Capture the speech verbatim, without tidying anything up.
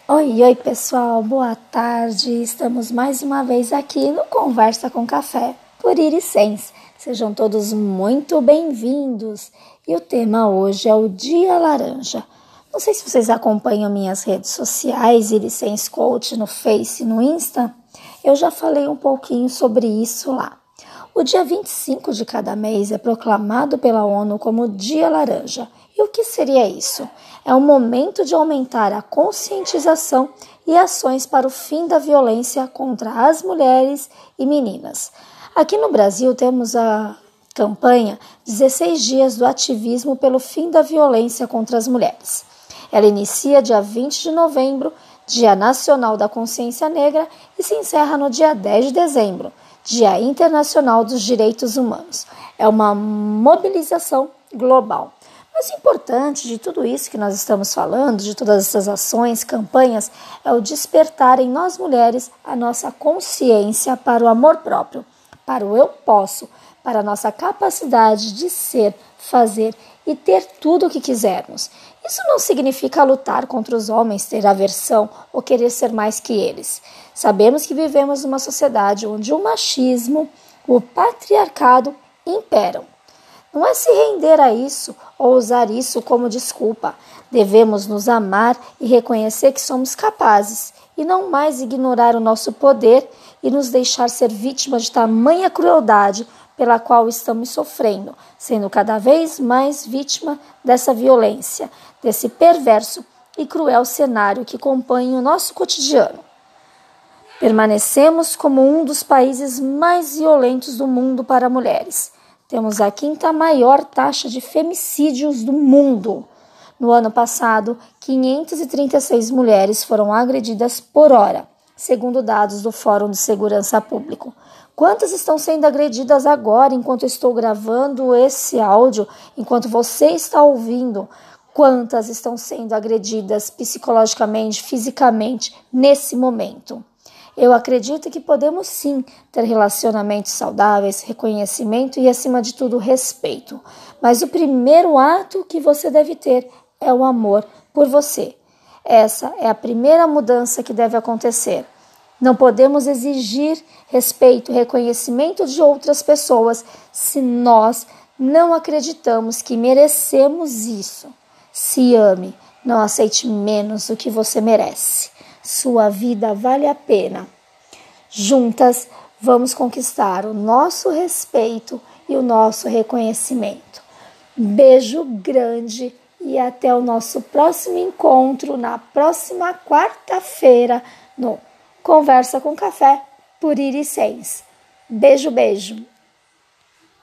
Oi, oi pessoal, boa tarde. Estamos mais uma vez aqui no Conversa com Café por Iricens. Sejam todos muito bem-vindos. E o tema hoje é o Dia Laranja. Não sei se vocês acompanham minhas redes sociais, Iricens Coach no Face e no Insta. Eu já falei um pouquinho sobre isso lá. O dia vinte e cinco de cada mês é proclamado pela ONU como Dia Laranja. E o que seria isso? É um momento de aumentar a conscientização e ações para o fim da violência contra as mulheres e meninas. Aqui no Brasil temos a campanha dezesseis dias do ativismo pelo fim da violência contra as mulheres. Ela inicia dia vinte de novembro, Dia Nacional da Consciência Negra, e se encerra no dia dez de dezembro, Dia Internacional dos Direitos Humanos. É uma mobilização global. Mas o importante de tudo isso que nós estamos falando, de todas essas ações, campanhas, é o despertar em nós mulheres a nossa consciência para o amor próprio, para o eu posso, para a nossa capacidade de ser, fazer e ter tudo o que quisermos. Isso não significa lutar contra os homens, ter aversão ou querer ser mais que eles. Sabemos que vivemos numa sociedade onde o machismo, o patriarcado imperam. Não é se render a isso ou usar isso como desculpa. Devemos nos amar e reconhecer que somos capazes e não mais ignorar o nosso poder e nos deixar ser vítima de tamanha crueldade pela qual estamos sofrendo, sendo cada vez mais vítima dessa violência, desse perverso e cruel cenário que compõe o nosso cotidiano. Permanecemos como um dos países mais violentos do mundo para mulheres. Temos a quinta maior taxa de femicídios do mundo. No ano passado, quinhentas e trinta e seis mulheres foram agredidas por hora, segundo dados do Fórum de Segurança Público. Quantas estão sendo agredidas agora, enquanto estou gravando esse áudio, enquanto você está ouvindo? Quantas estão sendo agredidas psicologicamente, fisicamente, nesse momento? Eu acredito que podemos sim ter relacionamentos saudáveis, reconhecimento e, acima de tudo, respeito. Mas o primeiro ato que você deve ter é o amor por você. Essa é a primeira mudança que deve acontecer. Não podemos exigir respeito e reconhecimento de outras pessoas se nós não acreditamos que merecemos isso. Se ame, não aceite menos do que você merece. Sua vida vale a pena. Juntas, vamos conquistar o nosso respeito e o nosso reconhecimento. Beijo grande e até o nosso próximo encontro na próxima quarta-feira no Conversa com Café por Iricens. Beijo, beijo.